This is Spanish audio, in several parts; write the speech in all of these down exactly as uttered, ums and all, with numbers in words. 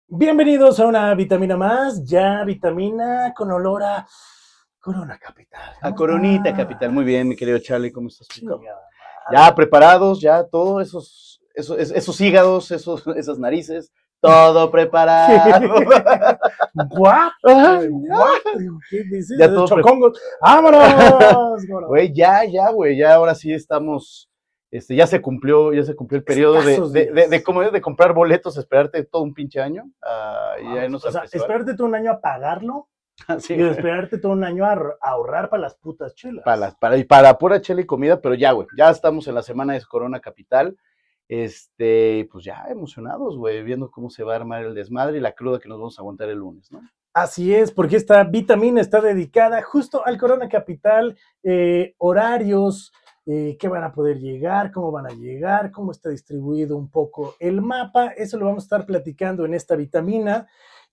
Bienvenidos a una vitamina más, ya vitamina con olor a Corona Capital. A ¿Cómo Coronita está? Capital. Muy bien, mi querido Charlie, ¿cómo estás tú, cabrón? Chingada Ya madre. preparados, ya todos esos, esos, esos hígados, esos, esas narices, todo preparado. ¿Guau? Ay, ¿Guau? ¿Qué dices? ya todo Chocongos. ¡Vámonos! Güey, ya, ya, güey, ya ahora sí estamos, este, ya se cumplió, ya se cumplió el periodo de, Escasos de, días. de, de, como es, de comprar boletos, esperarte todo un pinche año. Uh, y ya irnos O al sea, festival. esperarte todo un año a pagarlo Sí, y esperarte todo un año a ahorrar para las putas chelas. Para, las, para, para pura chela y comida, pero ya, güey, ya estamos en la semana de Corona Capital. Este, pues ya emocionados, güey, viendo cómo se va a armar el desmadre y la cruda que nos vamos a aguantar el lunes, ¿no? Así es, porque esta vitamina está dedicada justo al Corona Capital, eh, horarios, eh, qué van a poder llegar, cómo van a llegar, cómo está distribuido un poco el mapa, eso lo vamos a estar platicando en esta vitamina.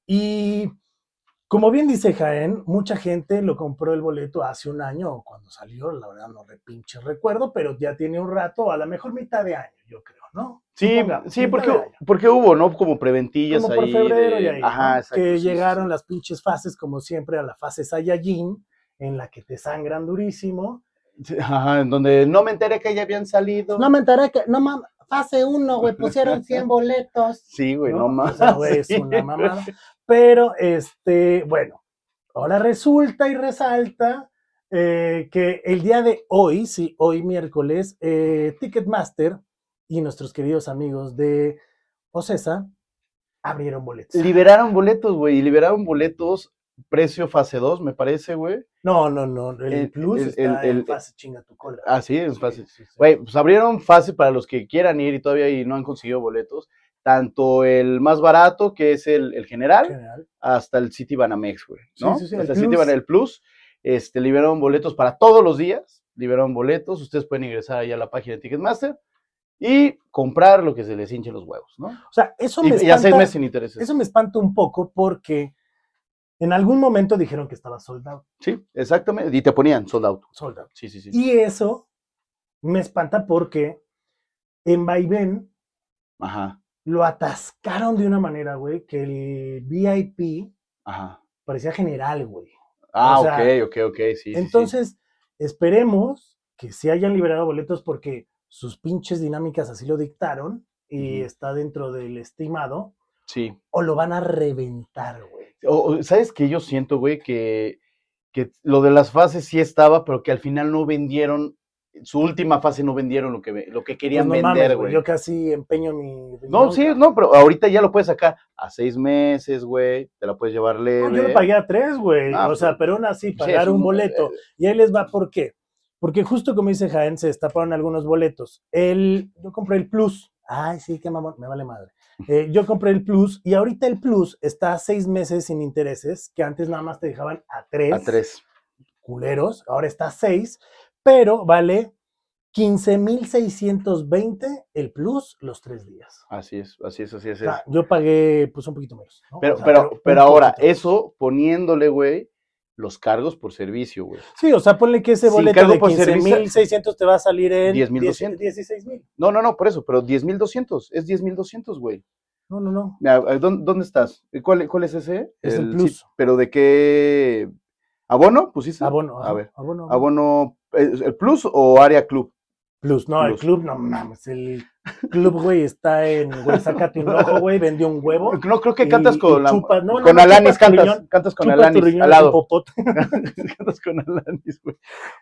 Y como bien dice Jaén, mucha gente lo compró el boleto hace un año o cuando salió, la verdad no repinche recuerdo, pero ya tiene un rato, a lo mejor mitad de año, yo creo, ¿no? Sí, Supongamos, sí, porque, porque hubo, ¿no? Como preventillas como ahí. por febrero de... y ahí, Ajá, ¿no? exacto, Que sí, llegaron sí. las pinches fases, como siempre, a la fase Saiyajin, en la que te sangran durísimo. Ajá, en donde no me enteré que ya habían salido. No me enteré que, no mames, fase uno, güey, pusieron cien boletos. Sí, güey, no, no mames. O sea, güey, sí. es una mamada. Pero, este, bueno, ahora resulta y resalta eh, que el día de hoy, sí, hoy miércoles, eh, Ticketmaster y nuestros queridos amigos de Ocesa abrieron boletos. Liberaron boletos, güey, y liberaron boletos precio fase dos, me parece, güey. No, no, no, el, el Plus el, está el, el, en fase chinga tu cola. Ah, sí, en fase. Güey, sí, sí. Pues abrieron fase para los que quieran ir y todavía y no han conseguido boletos. Tanto el más barato, que es el, el general, general, hasta el City Banamex, güey, ¿no? Sí, sí, sí, hasta el, el City Banamex, el Plus, este, liberaron boletos para todos los días, liberaron boletos, ustedes pueden ingresar ahí a la página de Ticketmaster y comprar lo que se les hinche los huevos, ¿no? O sea, eso me y, espanta, y a seis meses sin intereses. Eso me espanta un poco porque en algún momento dijeron que estaba sold out. Sí, exactamente, y te ponían sold out. Sold out. Sí, sí, sí. Y eso me espanta porque en Vaivén Ajá. lo atascaron de una manera, güey, que el V I P Ajá. parecía general, güey. Ah, o sea, ok, ok, ok, sí. Entonces, sí, sí. esperemos que se hayan liberado boletos porque sus pinches dinámicas así lo dictaron y uh-huh. está dentro del estimado. Sí. O lo van a reventar, güey. O, ¿sabes qué? Yo siento, güey, que, que lo de las fases sí estaba, pero que al final no vendieron, su última fase no vendieron lo que, lo que querían pues no vender, güey. Yo casi empeño mi... No, sí, no, pero ahorita ya lo puedes sacar a seis meses, güey, te la puedes llevar leve. No, yo lo pagué a tres, güey, ah, o sea, pero aún así, pagar sí, un boleto. Eh, y ahí les va, ¿por qué? Porque justo como dice Jaén, se destaparon algunos boletos. El, yo compré el Plus. Ay, sí, qué mamón, me vale madre. Eh, yo compré el Plus y ahorita el Plus está a seis meses sin intereses, que antes nada más te dejaban a tres. A tres. Culeros, ahora está a seis, pero vale quince mil seiscientos veinte el Plus los tres días. Así es, así es, así es. O sea, yo pagué pues un poquito menos. ¿no? Pero, o sea, pero, pero, pero ahora, eso poniéndole, güey, los cargos por servicio, güey. Sí, o sea, ponle que ese Sin boleto de quince mil seiscientos te va a salir en diez mil doscientos. dieciséis mil. No, no, no, por eso, pero diez mil doscientos, es diez mil doscientos, güey. No, no, no. ¿Dónde, ¿Dónde estás? ¿Cuál, ¿Cuál es ese? Es el, el Plus. Sí, ¿pero de qué? ¿Abono? ¿Pusiste? Abono, a ver. Abono, abono. ¿El Plus o área club? Plus, no, Plus. El club, no mames, el club, güey, está en, güey, sácate un ojo, güey, vendió un huevo. No, creo que cantas y, con y la, chupas, no, con no, Alanis, cantas, riñón, cantas con Alanis, al lado. Cantas con Alanis, güey.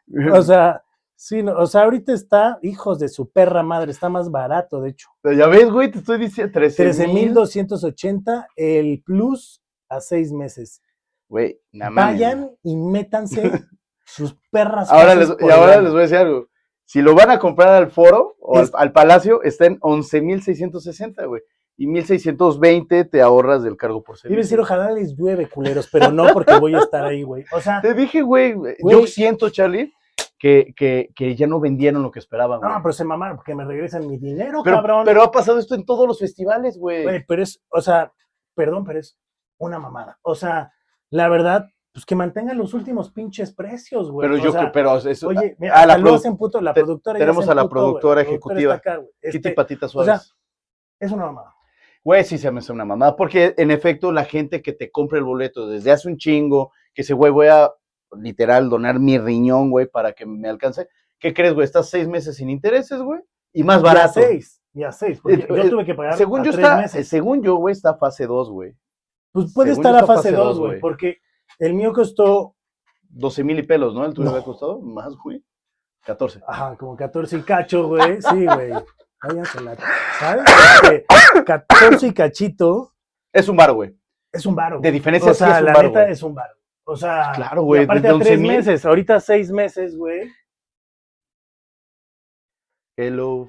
O sea, sí, no, o sea, ahorita está, hijos de su perra madre, está más barato, de hecho. Pero ya ves, güey, te estoy diciendo, trece mil doscientos ochenta el Plus a seis meses. Güey, nada más. Vayan y métanse sus perras. Ahora les, y ahora les voy a decir algo. Si lo van a comprar al foro o es, al, al palacio, está en once mil seiscientos sesenta, güey. Y mil seiscientos veinte te ahorras del cargo por servicio. Iba a decir, ojalá les llueve, culeros, pero no porque voy a estar ahí, güey. O sea. Te dije, güey, yo siento, Charlie, que, que, que ya no vendieron lo que esperaban, güey. No, pero se mamaron porque me regresan mi dinero, pero, cabrón. Pero ha pasado esto en todos los festivales, güey. Güey, pero es, o sea, perdón, pero es una mamada. O sea, la verdad, pues que mantengan los últimos pinches precios, güey. Pero o yo sea, que, pero eso, oye, mira, a la lo hacen puto, la productora. Tenemos a la puto, productora wey, ejecutiva, acá, Kitty este, Patitas Suaves. O sea, es una mamada. Güey, sí se me hace una mamada, porque en efecto la gente que te compra el boleto desde hace un chingo, que ese güey voy a literal donar mi riñón, güey, para que me alcance. ¿Qué crees, güey? Estás seis meses sin intereses, güey, y más barato. Ya seis, ya seis, porque eh, yo tuve que pagar según a yo tres está, meses. Según yo, güey, está fase dos, güey. Pues puede según estar a fase dos, güey, porque el mío costó... doce mil y pelos, ¿no? ¿El tuyo no. había costado? Más, güey. catorce. Ajá, como catorce y cacho, güey. Sí, güey. Váyanse la... ¿Sabes? catorce y cachito. Es un varo, güey. Es un varo. De diferencia, o sea, sí es un la varo, neta güey. es un varo. O sea, claro, güey. Aparte a tres meses, ahorita seis meses, güey. Hello,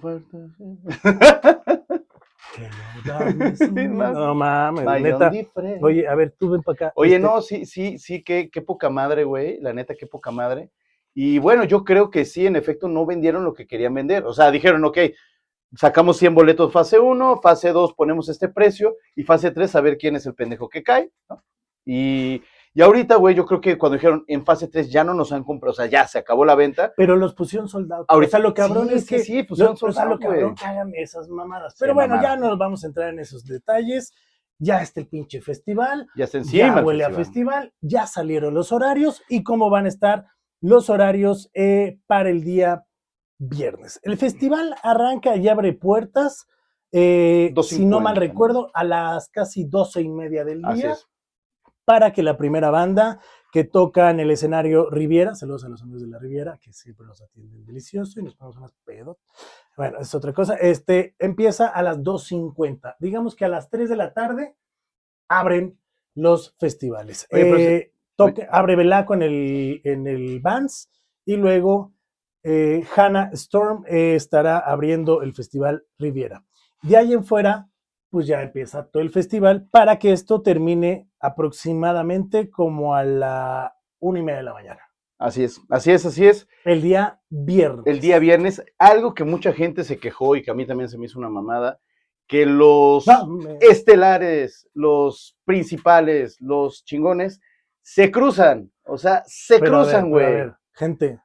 no mames, neta. Oye, a ver, tú ven para acá. Oye, este... no, sí, sí, sí, qué, qué poca madre, güey. La neta, qué poca madre. Y bueno, yo creo que sí, en efecto, no vendieron lo que querían vender. O sea, dijeron, ok, sacamos cien boletos fase uno, fase dos ponemos este precio, y fase tres a ver quién es el pendejo que cae, ¿no? Y, y ahorita, güey, yo creo que cuando dijeron en fase tres ya no nos han comprado, o sea, ya se acabó la venta. Pero los pusieron soldados. Ahorita o sea, lo cabrón sí, es que... Sí, sí, pusieron soldados, o sea, lo cabrón que hagan esas mamadas. Pero sí, bueno, mamada. Ya no nos vamos a entrar en esos detalles. Ya está el pinche festival. Ya está encima. Ya huele a festival. Ya salieron los horarios y cómo van a estar los horarios eh, para el día viernes. El festival arranca y abre puertas, eh, si no mal recuerdo, a las casi doce y media del día, para que la primera banda que toca en el escenario Riviera, saludos a los amigos de la Riviera, que siempre nos atienden delicioso y nos ponemos unas pedos. Bueno, es otra cosa. Este, empieza a las dos cincuenta. Digamos que a las tres de la tarde abren los festivales. Oye, pero eh, sí. Toque, abre Belaco en el, en el Vans y luego eh, Hannah Storm eh, estará abriendo el festival Riviera. De ahí en fuera, pues ya empieza todo el festival para que esto termine aproximadamente como a la una y media de la mañana. Así es, así es, así es. El día viernes. El día viernes, algo que mucha gente se quejó y que a mí también se me hizo una mamada, que los no, me... estelares, los principales, los chingones, se cruzan, o sea, se pero cruzan, güey. Gente,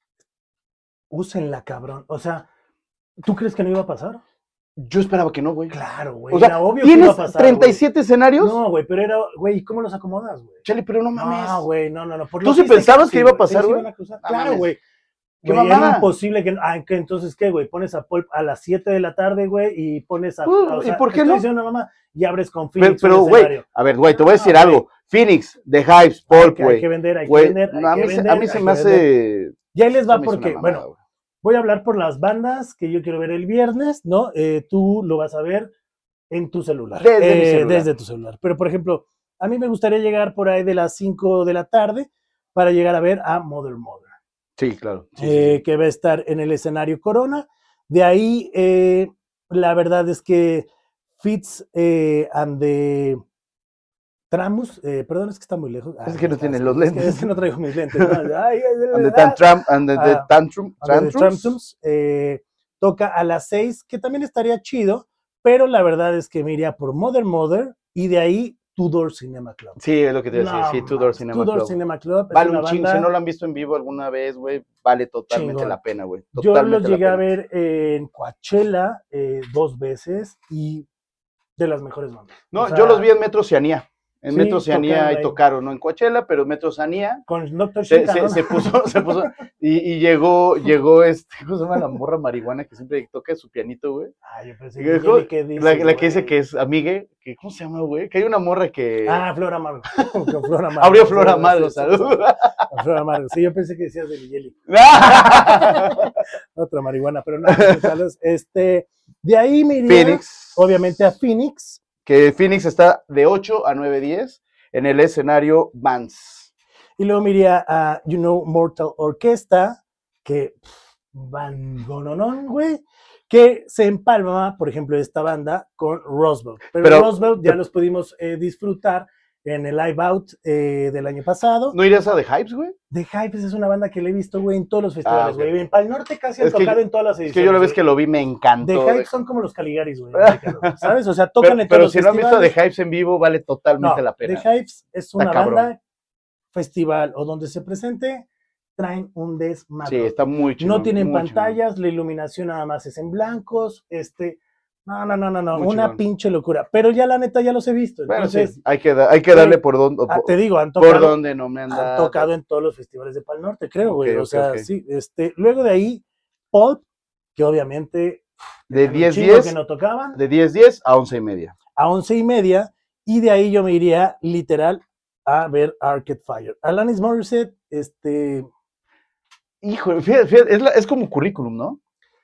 úsenla, cabrón. O sea, ¿tú crees que no iba a pasar? Yo esperaba que no, güey. Claro, güey. O sea, era obvio ¿tienes que iba a pasar, treinta y siete wey. Escenarios? No, güey, pero era, güey, ¿cómo los acomodas, güey? Chale, pero no mames. No, güey, no, no, no. Por ¿tú sí pensabas que, que iba a pasar, güey? Claro, güey. ¿Qué mamada? Era imposible que, ah, que entonces, ¿qué, güey? Pones a Pulp a las siete de la tarde, güey, y pones a... Uh, o sea, ¿y por qué no? Diciendo, mamá, y abres con Phoenix. Pero, güey, a ver, güey, te voy a decir ah, algo. Wey. Phoenix, The Hypes, Pulp, güey. Hay que vender, hay wey, que vender, hay no, a que mí, vender. A mí se me hace... Ya ahí les va porque, mamada, bueno, wey. Voy a hablar por las bandas que yo quiero ver el viernes, ¿no? Eh, tú lo vas a ver en tu celular. Desde, eh, mi celular. Desde tu celular. Pero, por ejemplo, a mí me gustaría llegar por ahí de las cinco de la tarde para llegar a ver a Mother Mother. Sí, claro. Sí, eh, sí. Que va a estar en el escenario Corona. De ahí, eh, la verdad es que Fitz eh, and the Tramus, eh, perdón, es que está muy lejos. Es que no tienen los lentes. Es que, es que no traigo mis lentes. No, ay, and the tantrum, and the, the tantrum, ah, tantrums. Eh, toca a las seis, que también estaría chido, pero la verdad es que me iría por Mother Mother y de ahí Tudor Cinema Club. Sí, es lo que te iba a decir, no, sí, Tudor Cinema Tudor Club. Cinema Club. Vale un chingo, si no lo han visto en vivo alguna vez, güey, vale totalmente chingón. La pena, güey. Yo los llegué a ver en Coachella eh, dos veces y de las mejores bandas. No, o sea, yo los vi en Metro Oceanía. En sí, Metro Oceanía y tocaron, no en Coachella, pero Metro Oceanía. Con Doctor se, Chica, se, ¿no? se puso, se puso, y, y llegó, llegó este, ¿cómo se llama la morra marihuana que siempre toca su pianito, güey? Ah, yo pensé que, dejó, que dice, la, la que dice que es amigue, que, ¿cómo se llama, güey? Que hay una morra que... Ah, Flor Amargo. Flor Amargo. Abrió Flor Amargo, saludos. Flor Amargo, sí, yo pensé que decías de Migueli. Otra marihuana, pero no, saludos. Este, de ahí me iría, Phoenix. Obviamente, a Phoenix. Que Phoenix está de ocho a nueve diez. En el escenario Vans. Y luego me iría a, you know, Mortal Orchestra, que van gononon, güey, que se empalma, por ejemplo, esta banda con Roosevelt. Pero, Pero Roosevelt ya los pudimos eh, disfrutar en el Live Out eh, del año pasado. ¿No irías a The Hypes, güey? The Hypes es una banda que le he visto, güey, en todos los festivales, güey. Ah, okay. En Pal Norte casi han tocado yo, en todas las ediciones. Es que yo la vez que lo vi me encantó. The Hypes son como los Caligaris, güey, ¿sabes? O sea, tocan pero, en todos los festivales. Pero si no han visto a The Hypes en vivo, vale totalmente no, la pena. The Hypes es una banda, festival o donde se presente, traen un desmadre. Sí, está muy chido. No tienen pantallas, chido. La iluminación nada más es en blancos, este... No, no, no, no, no. Una chingón. Pinche locura. Pero ya la neta ya los he visto. Entonces, bueno, sí, hay que, da, hay que darle por donde. Ah, te digo, han tocado. Por donde no me han dado. Han tocado en todos los festivales de Pal Norte, creo, güey. Okay, o sea, okay. sí. Este, luego de ahí, Pulp, que obviamente. De diez diez. Que no tocaban. De diez diez a once y media. A once y media. Y de ahí yo me iría, literal, a ver Arcade Fire. Alanis Morissette, este. Híjole, fíjate, fíjate es, la, es como currículum, ¿no?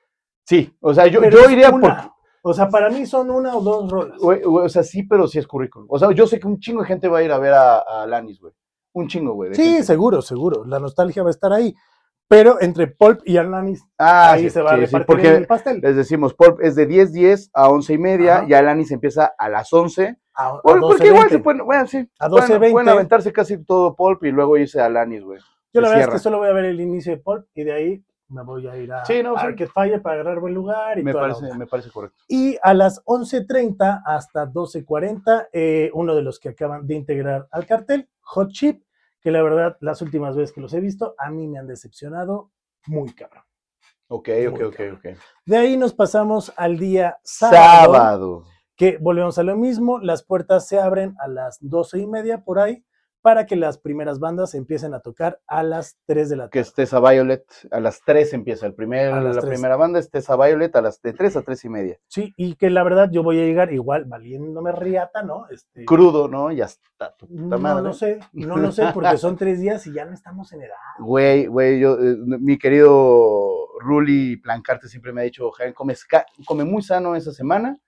Sí, o sea, yo, yo iría una, por... O sea, para mí son una o dos rolas. Güey, güey, o sea, sí, pero sí es currículum. O sea, yo sé que un chingo de gente va a ir a ver a, a Alanis, güey. Un chingo, güey. Sí, gente. seguro, seguro. La nostalgia va a estar ahí. Pero entre Pulp y Alanis, ah, ahí sí, se va sí, a repartir sí, porque el pastel. Les decimos, Pulp es de diez diez a once y media, ajá. Y Alanis empieza a las once. A, a porque doce, igual se pueden, bueno, sí. A doce pueden, veinte. Pueden aventarse casi todo Pulp y luego irse a Alanis, güey. Yo la verdad cierra. Es que solo voy a ver el inicio de Pulp y de ahí me voy a ir a sí, no, Arcade sí. Fire para agarrar buen lugar. Y me, toda parece, me parece correcto. Y a las once treinta hasta doce cuarenta, eh, uno de los que acaban de integrar al cartel, Hot Chip, que la verdad, las últimas veces que los he visto, a mí me han decepcionado muy cabrón. Ok, muy ok, ok, ok. De ahí nos pasamos al día sábado, sábado, que volvemos a lo mismo, las puertas se abren a las doce y media por ahí, para que las primeras bandas empiecen a tocar a las tres de la tarde. Que es Tessa Violet, a las tres empieza el primer, la tres. Primera banda es Tessa Violet a las de tres a tres y media. Sí, y que la verdad yo voy a llegar igual valiéndome riata, ¿no? Este, crudo, ¿no? Ya está tu puta no madre. lo sé, no lo sé, porque son tres días y ya no estamos en edad. Güey, güey, yo, eh, mi querido Ruli Plancarte siempre me ha dicho, Javier, come, come muy sano esa semana,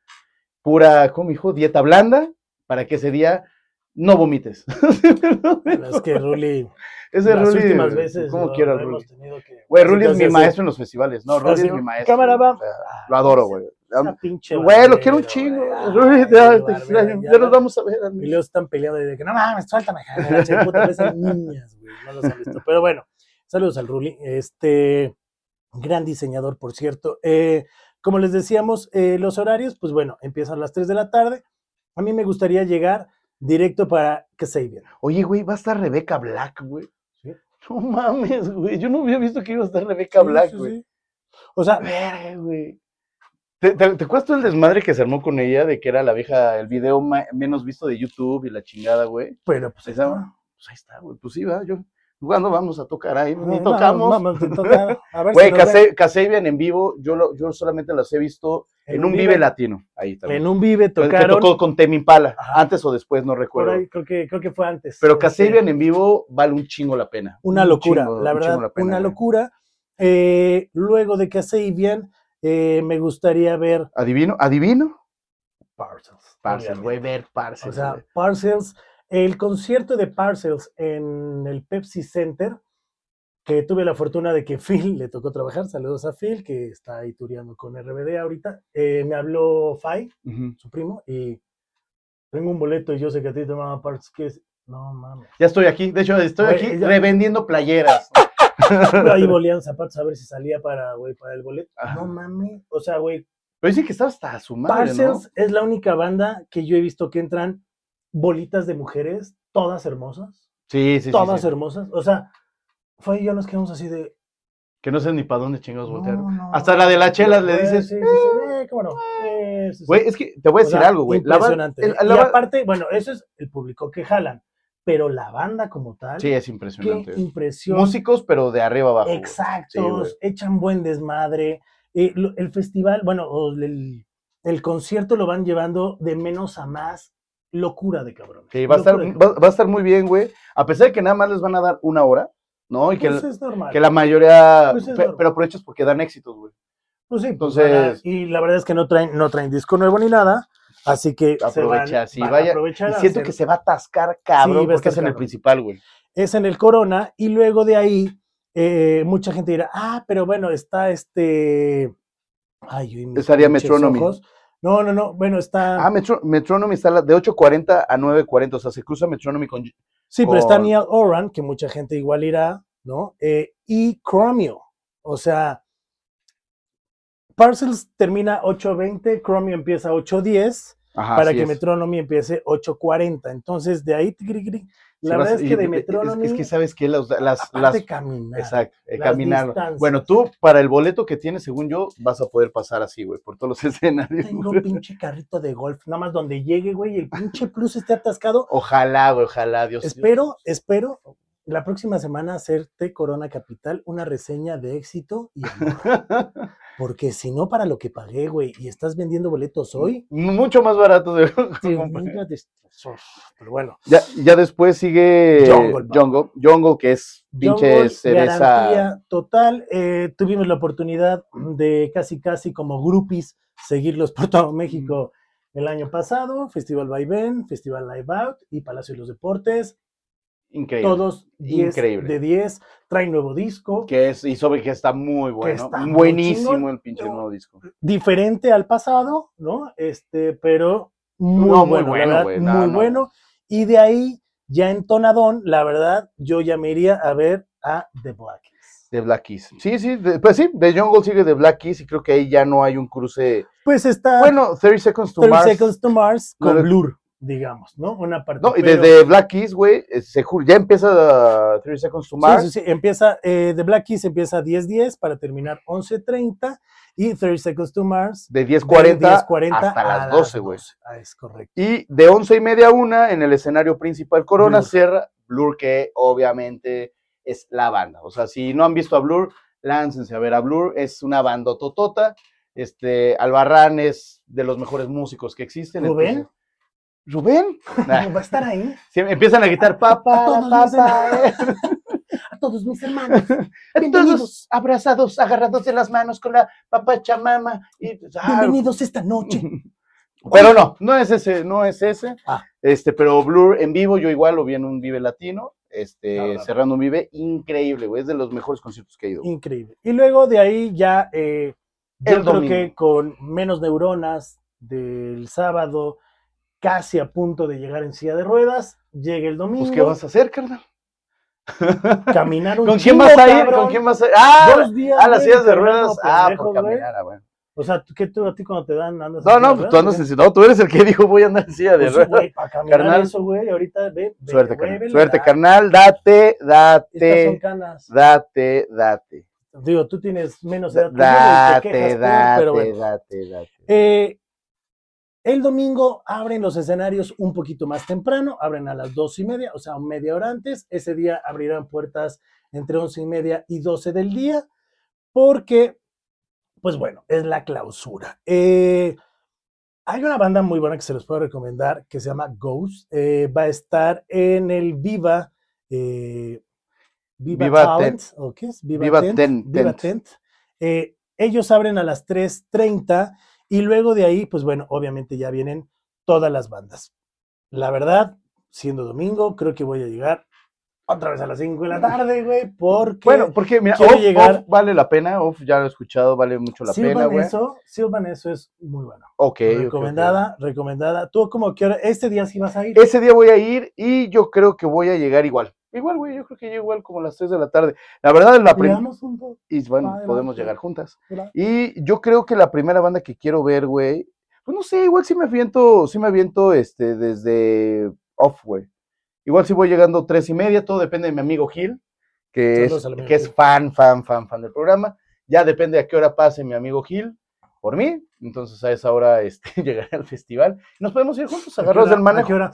pura, ¿cómo dijo? Dieta blanda, para que ese día no vomites. Bueno, es que Ruli, ese las Ruli, últimas veces ¿cómo lo, quiero lo Ruli? hemos tenido que... Güey, Ruli es mi maestro en los festivales, no, Ruli es mi maestro. Cámara va. O sea, lo adoro, güey. Güey, lo quiero un chingo. Ruli, ya, te extraño. Ya nos vamos a ver. Y luego están peleando de que no mames, suéltame, Javier, puta, parecen niñas, güey, no los han visto. Pero bueno, saludos al Ruli, este gran diseñador, por cierto. Eh, como les decíamos, eh, los horarios, pues bueno, empiezan a las tres de la tarde. A mí me gustaría llegar directo para Kasabian. Oye, güey, va a estar Rebeca Black, güey. ¿Sí? No mames, güey. Yo no había visto que iba a estar Rebeca sí, Black, güey. Sí, sí. O sea, verga, güey. ¿Te, te, ¿Te acuerdas tú el desmadre que se armó con ella de que era la vieja, el video ma, menos visto de YouTube y la chingada, güey? Pero pues ahí está. Pues ahí está, güey. Pues sí, va, yo. ¿Cuándo vamos a tocar ahí? No, Ni tocamos. Vamos, vamos a tocar. A ver güey, si Kasabian en vivo, yo, lo, yo solamente las he visto en, en un Vive, Vive Latino. Ahí también. En un Vive tocaron. Que tocó con Tame Impala, antes o después, no recuerdo. Por ahí, creo que, creo que fue antes. Pero Kasabian sí. En vivo vale un chingo la pena. Una un locura, chingo, la verdad, la pena, una güey. locura. Eh, luego de Kasabian, eh, me gustaría ver... ¿Adivino? ¿Adivino? Parcels. Parcels, güey, ver Parcels. O sea, wey. Parcels, el concierto de Parcels en el Pepsi Center, que tuve la fortuna de que Phil le tocó trabajar, saludos a Phil, que está ahí tureando con R B D ahorita, eh, me habló Fai, uh-huh. su primo, y tengo un boleto y yo sé que a ti te llamaba Parcels, que es... No mames. Ya estoy aquí, de hecho estoy wey, aquí ya... revendiendo playeras. Ahí volían zapatos a ver si salía para, güey, para el boleto. Ajá. No mames, o sea, güey. Pero dicen que estaba hasta a su madre, Parcels ¿no? es la única banda que yo he visto que entran bolitas de mujeres, todas hermosas. Sí, sí, todas sí, sí. hermosas. O sea, fue y yo nos quedamos así de... Que no sé ni para dónde chingados no, voltearon. No, hasta la de las chelas le dices... Sí, sí, sí, eh, cómo no. Eh, sí, sí. Güey, es que te voy a decir o sea, algo, güey. Impresionante. La, la, y aparte, bueno, eso es el público que jalan. Pero la banda como tal... Sí, es impresionante. Qué impresión. Músicos, pero de arriba abajo. Exactos, sí, echan buen desmadre. Eh, lo, el festival, bueno, el, el concierto lo van llevando de menos a más. Locura de cabrón. Sí, va a, estar, va, va a estar muy bien, güey. A pesar de que nada más les van a dar una hora, ¿no? Y que, pues el, es normal. que la mayoría... Pues es pe, pero aprovechas porque dan éxitos, güey. Pues sí, entonces... Pues, y la verdad es que no traen, no traen disco nuevo ni nada. Así que aprovecha, se van, sí, van vaya, a aprovechar. Y siento hacer... que se va a atascar cabrón, sí, porque es en cabrón. el principal, güey. Es en el Corona, y luego de ahí, eh, mucha gente dirá, ah, pero bueno, está este... Ay, yo y mis estaría Metronomy. Ojos. No, no, no, bueno, está... Ah, Metro, Metronomy está de ocho cuarenta a nueve cuarenta, o sea, se cruza Metronomy con... Sí, con... pero está Neil Oran, que mucha gente igual irá, ¿no? Eh, y Chromio, o sea... Parcels termina ocho veinte, Chromio empieza ocho diez, Ajá, para que es. Metronomy empiece ocho cuarenta. Entonces, de ahí, la sí, verdad vas, es que de Metronomy... Es, es que sabes que las... las, las caminar. Exacto, caminar. Bueno, tú, para el boleto que tienes, según yo, vas a poder pasar así, güey, por todos los escenarios. Tengo un pinche carrito de golf, nada más donde llegue, güey, y el pinche plus esté atascado. Ojalá, güey, ojalá, Dios. Espero, Dios. espero... la próxima semana hacerte Corona Capital una reseña de éxito y amor. Porque si no, para lo que pagué, güey, y estás vendiendo boletos hoy. Mucho más barato. De... Sí, pero bueno. Ya, ya después sigue Jungle, Jungle, Jungle que es pinche cereza. Garantía total. Eh, tuvimos la oportunidad de casi, casi como groupies seguirlos por todo México mm. el año pasado. Festival Vaivén, Festival Live Out y Palacio de los Deportes. Increíble. Todos diez de diez, traen nuevo disco. Que es, y sobre que está muy bueno. Está buenísimo muy el pinche nuevo disco. Diferente al pasado, ¿no? Este, pero muy no, bueno, muy bueno, güey. Muy no, bueno. No. Y de ahí, ya en tonadón, la verdad, yo ya me iría a ver a The Black Keys. The Black Keys. Sí, sí, de, pues sí, The Jungle sigue The Black Keys y creo que ahí ya no hay un cruce. Pues está. Bueno, thirty Seconds to Mars. thirty Seconds to Mars con no, Blur. Digamos, ¿no? Una parte. No, y pero... desde Black Keys, güey, ya empieza thirty Seconds to Mars. Sí, sí, sí, empieza, eh, de Black Keys empieza diez diez para terminar once treinta y thirty Seconds to Mars de diez cuarenta hasta las doce, güey. Ah, es correcto. Y de once y media a una en el escenario principal Corona Blur. Cierra Blur, que obviamente es la banda. O sea, si no han visto a Blur, láncense a ver a Blur, es una bandototota. Este, Albarrán es de los mejores músicos que existen. ¿Rubén? Entonces, ¿Rubén? ¿Va a estar ahí? Sí, empiezan a gritar, papá, a todos, papá. A todos mis hermanos. Todos abrazados, agarrados de las manos con la papachamama. Y, ah, bienvenidos esta noche. Pero no, no es ese, no es ese. Ah. Este, pero Blur en vivo, yo igual lo vi en un Vive Latino, este, no, no, cerrando un Vive, increíble, güey, es de los mejores conciertos que he ido. Increíble. Y luego de ahí ya, eh, yo El creo domingo. que con Menos Neuronas del sábado, casi a punto de llegar en silla de ruedas, llega el domingo. Pues, ¿qué vas a hacer, carnal? Caminar un ¿Con chingo, quién vas a ir? cabrón. ¿Con quién vas a ir? Ah, Dos días, a las güey, sillas de ruedas. Ah, pendejo, por caminar, ah, bueno. O sea, ¿qué tú a ti cuando te dan andas No, no, pues tú andas en no, tú eres el que dijo voy a andar en silla de pues, ruedas. Güey, para caminar carnal. Eso, güey, ahorita ve, ve Suerte, güey, carnal. ve, Suerte, da. carnal. Date, date. Estas son canas. Date, date. Digo, tú tienes menos edad. Date, que yo, y te date, date, pero bueno. date, date. Eh, El domingo abren los escenarios un poquito más temprano, abren a las dos y media, o sea, media hora antes. Ese día abrirán puertas entre once y media y doce del día, porque, pues bueno, es la clausura. Eh, hay una banda muy buena que se les puedo recomendar, que se llama Ghost. Eh, va a estar en el Viva, eh, Viva, Viva Talent, Tent. ¿o qué es? Viva, Viva Tent. Tent. Viva Tent. Eh, ellos abren a las tres treinta. Y luego de ahí, pues bueno, obviamente ya vienen todas las bandas. La verdad, siendo domingo, creo que voy a llegar otra vez a las cinco de la tarde, güey, porque... Bueno, porque mira, quiero off, llegar... off vale la pena, off ya lo he escuchado, vale mucho la Silvan pena, güey. eso, Silvan eso es muy bueno. Ok, recomendada, okay, okay. recomendada. ¿Tú como que este día sí vas a ir? Ese día voy a ir y yo creo que voy a llegar igual. Igual, güey, yo creo que llego igual como a las tres de la tarde. La verdad, la primera... Y bueno, ah, podemos llegar juntas. ¿Verdad? Y yo creo que la primera banda que quiero ver, güey, pues no sé, igual sí me aviento, sí me aviento este, desde off, güey. Igual sí voy llegando tres y media, todo depende de mi amigo Gil, que, es, que es fan, fan, fan, fan del programa. Ya depende a qué hora pase mi amigo Gil por mí. Entonces a esa hora este, llegaré al festival. Nos podemos ir juntos, agarrados del manejo. ¿A qué hora?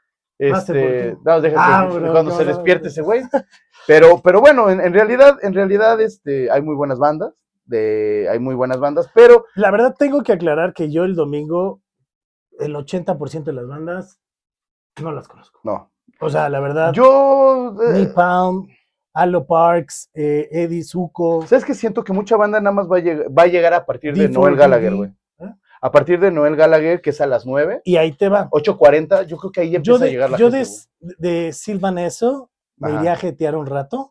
Este, no, déjate, ah, bro, cuando no, se no, despierte no. ese güey. Pero, pero bueno, en, en realidad, en realidad, este, hay muy buenas bandas. De, hay muy buenas bandas, pero... La verdad tengo que aclarar que yo el domingo, el ochenta por ciento de las bandas, no las conozco. No. O sea, la verdad... Yo... Eh, Napalm, Alo Parks, eh, Eddie Zuko... ¿Sabes qué? Siento que mucha banda nada más va a, lleg va a llegar a partir de Noel Gallagher, güey. ¿Eh? A partir de Noel Gallagher, que es a las nueve. Y ahí te va. ocho cuarenta, yo creo que ahí empieza de, a llegar la yo gente. Yo de, de Silvan eso... Me iría a jetear un rato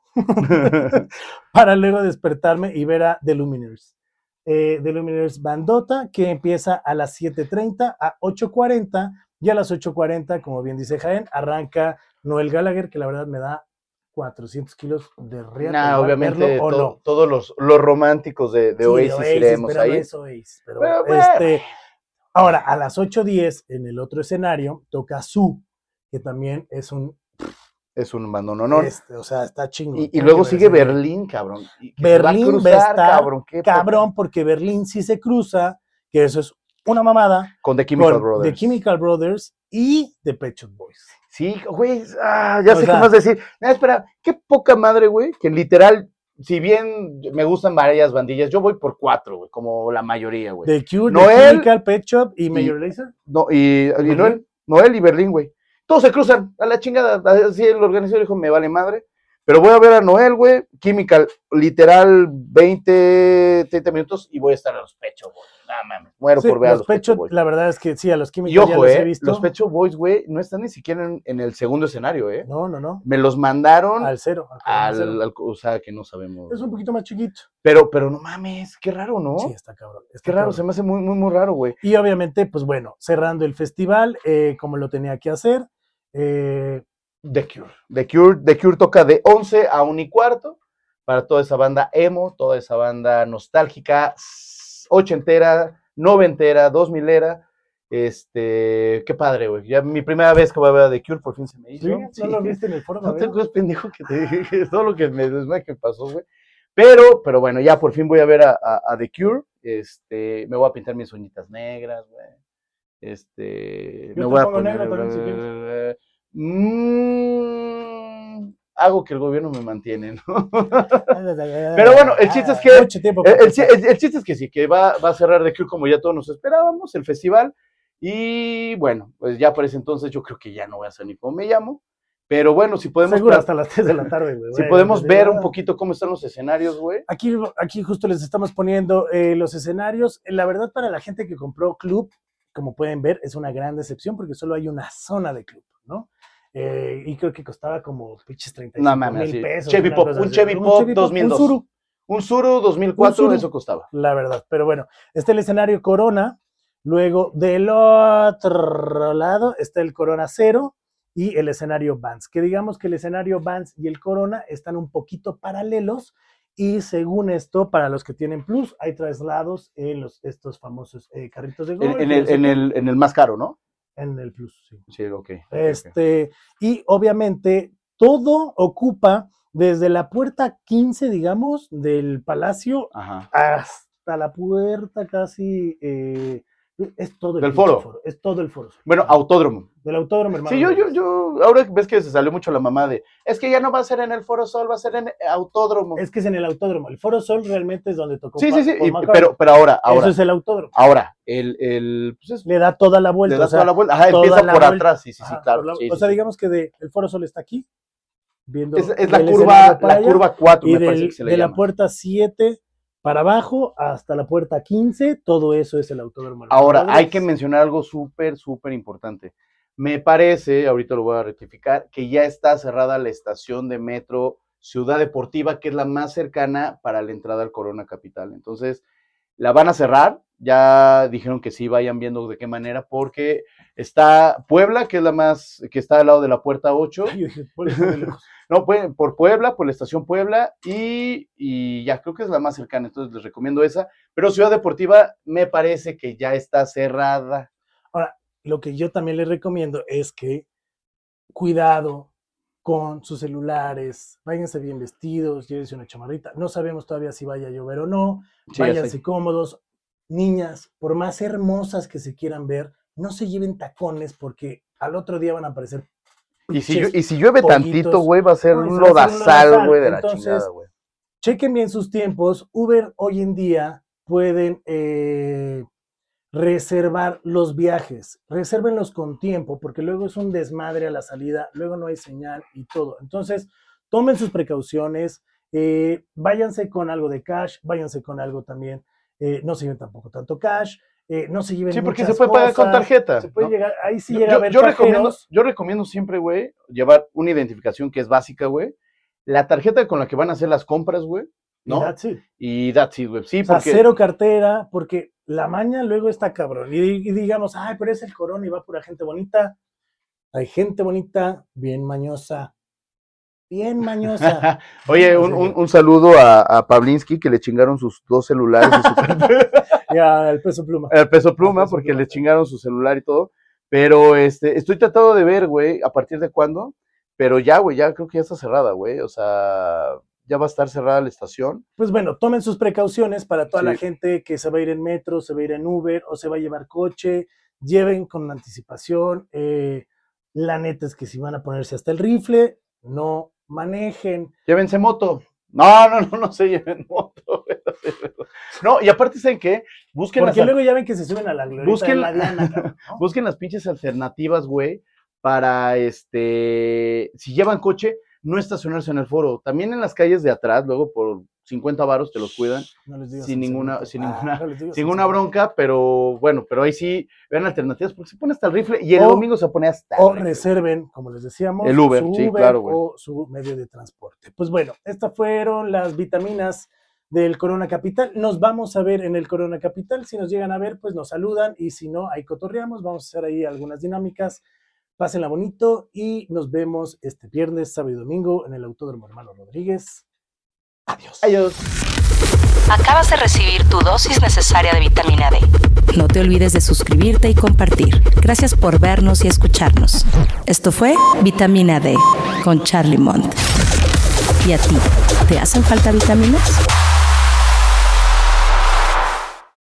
para luego despertarme y ver a The Lumineers. Eh, The Lumineers Bandota, que empieza a las siete treinta a ocho cuarenta, y a las ocho cuarenta, como bien dice Jaén, arranca Noel Gallagher, que la verdad me da cuatrocientos kilos de riata. Nah, obviamente to no. Todos los, los románticos de, de sí, Oasis, Oasis iremos pero ahí. No es Oasis, pero, pero este, Ahora, a las ocho diez, en el otro escenario, toca Su, que también es un... Es un bandononón. Este, o sea, está chingón. Y, y luego sigue Berlín, cabrón. Y Berlín va a, cruzar, va a estar cabrón, cabrón porque Berlín sí se cruza, que eso es una mamada. Con The Chemical con Brothers. The Chemical Brothers y The Pet Shop Boys. Sí, güey, ah, ya o sé sea, qué más decir. No, espera, qué poca madre, güey, que literal, si bien me gustan varias bandillas, yo voy por cuatro, güey, como la mayoría, güey. The Cure, Noel, The Chemical, Pet Shop y Major Lazer. No, y, y Noel, Noel y Berlín, güey. Todos se cruzan a la chingada. Así el organizador dijo, me vale madre. Pero voy a ver a Noel, güey. Chemical, literal, veinte, treinta minutos y voy a estar a los Pet Shop Boys. Nada mames, muero sí, por ver los a los Pet Shop Boys. La verdad es que sí, a los Chemical y ojo, ya los eh, he visto. Los Pet Shop Boys, güey, no están ni siquiera en, en el segundo escenario, ¿eh? No, no, no. Me los mandaron al cero. Al, al, cero. al, o sea, que no sabemos. Es un poquito más chiquito. Pero, pero no mames, qué raro, ¿no? Sí, está cabrón. Está qué raro, cabrón. se me hace muy, muy, muy raro, güey. Y obviamente, pues bueno, cerrando el festival, eh, como lo tenía que hacer. Eh, The Cure. The Cure. The Cure toca de once a una y cuarto para toda esa banda emo, toda esa banda nostálgica, ochentera, noventera, dos milera. Este, qué padre, güey. Ya mi primera vez que voy a ver a The Cure por fin se me hizo. Sí, sí. No lo viste en el foro. No tengo es pendejo que te dije, que es todo lo que me que pasó, güey. Pero, pero bueno, ya por fin voy a ver a, a, a The Cure. Este, me voy a pintar mis uñitas negras, güey. Este, Yo me voy a poner. Negro también, si quieres. Mmm, hago que el gobierno me mantiene, ¿no? Pero bueno, el chiste es que Mucho tiempo el, el, el, el chiste es que sí, que va, va a cerrar The Cure como ya todos nos esperábamos, el festival. Y bueno, pues ya por ese entonces yo creo que ya no voy a saber ni cómo me llamo. Pero bueno, si podemos... Seguro hasta las tres de la tarde, güey. Si podemos ver un poquito cómo están los escenarios, güey. Aquí, aquí justo les estamos poniendo eh, los escenarios. La verdad, para la gente que compró club, como pueden ver, es una gran decepción porque solo hay una zona de club, ¿no? Eh, y creo que costaba como pinches treinta y cinco no, mil sí. pesos. Chevy Pop, un Chevy Pop dos mil dos. Un Suru. Un Suru dos mil cuatro, Suru, eso costaba. La verdad, pero bueno, está el escenario Corona. Luego, del otro lado, está el Corona Cero y el escenario Vans. Que digamos que el escenario Vans y el Corona están un poquito paralelos. Y según esto, para los que tienen Plus, hay traslados en los, estos famosos eh, carritos de golf. En, en, el, en, el, en el más caro, ¿no? En el Plus, sí. Sí, ok. Este, okay. Y obviamente todo ocupa desde la puerta quince, digamos, del Palacio, ajá, hasta la puerta casi... Eh, es todo el del foro. foro. Es todo el foro. Bueno, autódromo. Del autódromo, hermano. Sí, yo, yo, yo, ahora ves que se salió mucho la mamá de, es que ya no va a ser en el Foro Sol, va a ser en autódromo. Es que es en el autódromo. El Foro Sol realmente es donde tocó. Sí, sí, sí, y, pero, pero ahora, ahora. Eso es el autódromo. Ahora, el, el, pues es, le da toda la vuelta. Le da o sea, toda la vuelta. Ajá, empieza por vuelta. Atrás, sí, sí, sí, Ajá, claro. La, sí, o sí, sea, sí. digamos que de, el Foro Sol está aquí, viendo. Es, es la curva, la curva cuatro, y me del, parece que se le de llama. la puerta siete para abajo hasta la puerta quince, todo eso es el autódromo. Ahora, hay que mencionar algo súper, súper importante. Me parece, ahorita lo voy a rectificar, que ya está cerrada la estación de metro Ciudad Deportiva, que es la más cercana para la entrada al Corona Capital. Entonces, la van a cerrar, ya dijeron que sí, vayan viendo de qué manera, porque está Puebla, que es la más, que está al lado de la puerta ocho. Ay, Puebla, no, por Puebla, por la estación Puebla, y, y ya creo que es la más cercana, entonces les recomiendo esa. Pero Ciudad Deportiva me parece que ya está cerrada. Ahora, lo que yo también les recomiendo es que cuidado con sus celulares, váyanse bien vestidos, llévense una chamarrita, no sabemos todavía si vaya a llover o no, sí, váyanse cómodos. Niñas, por más hermosas que se quieran ver, no se lleven tacones porque al otro día van a aparecer. Y si, y si llueve pollitos, tantito, güey, va a ser no, un lodazal, güey, de la Entonces, chingada, güey. Chequen bien sus tiempos. Uber hoy en día pueden eh, reservar los viajes. Resérvenlos con tiempo, porque luego es un desmadre a la salida, luego no hay señal y todo. Entonces, tomen sus precauciones, eh, váyanse con algo de cash, váyanse con algo también, eh, no se lleven tampoco tanto cash. Eh, no se lleven Sí, porque muchas se puede cosas, pagar con tarjeta. Se puede ¿no? llegar, ahí sí yo, llega yo, a ver yo recomiendo, yo recomiendo siempre, güey, llevar una identificación que es básica, güey. La tarjeta con la que van a hacer las compras, güey, ¿no? Y that's it. Y that's it, güey. Sí, o sea, porque... cero cartera, porque la maña luego está cabrón. Y, y digamos, ay, pero es el Corona y va pura gente bonita. Hay gente bonita, bien mañosa. bien mañosa. Oye, un, un, un saludo a, a Pavlinsky, que le chingaron sus dos celulares. Y su... ya, el peso pluma. El peso pluma, el peso porque pluma. Le chingaron su celular y todo. Pero este, estoy tratando de ver, güey, a partir de cuándo. Pero ya, güey, ya creo que ya está cerrada, güey. O sea, ya va a estar cerrada la estación. Pues bueno, tomen sus precauciones para toda sí. la gente que se va a ir en metro, se va a ir en Uber o se va a llevar coche. Lleven con anticipación. Eh, la neta es que si van a ponerse hasta el rifle, no manejen. Llévense moto. No, no, no, no se lleven moto. No, y aparte, ¿saben qué? Busquen Porque las, luego ya ven que se suben a la glorieta busquen, de la Diana, cabrón, ¿no? Busquen las pinches alternativas, güey, para, este, si llevan coche, no estacionarse en el foro. También en las calles de atrás, luego por cincuenta varos te los cuidan, no les sin ninguna, sin ninguna, ah, no sin ninguna bronca, pero bueno, pero ahí sí vean alternativas, porque se pone hasta el rifle y el o, domingo se pone hasta o reserven, como les decíamos, el Uber, su sí, Uber claro, güey. O su medio de transporte. Pues bueno, estas fueron las vitaminas del Corona Capital. Nos vamos a ver en el Corona Capital. Si nos llegan a ver, pues nos saludan, y si no, ahí cotorreamos. Vamos a hacer ahí algunas dinámicas. Pásenla bonito y nos vemos este viernes, sábado y domingo en el Autódromo Hermano Rodríguez. Adiós. Adiós. Acabas de recibir tu dosis necesaria de vitamina D. No te olvides de suscribirte y compartir. Gracias por vernos y escucharnos. Esto fue Vitamina D con Charlie Mont. ¿Y a ti? ¿Te hacen falta vitaminas?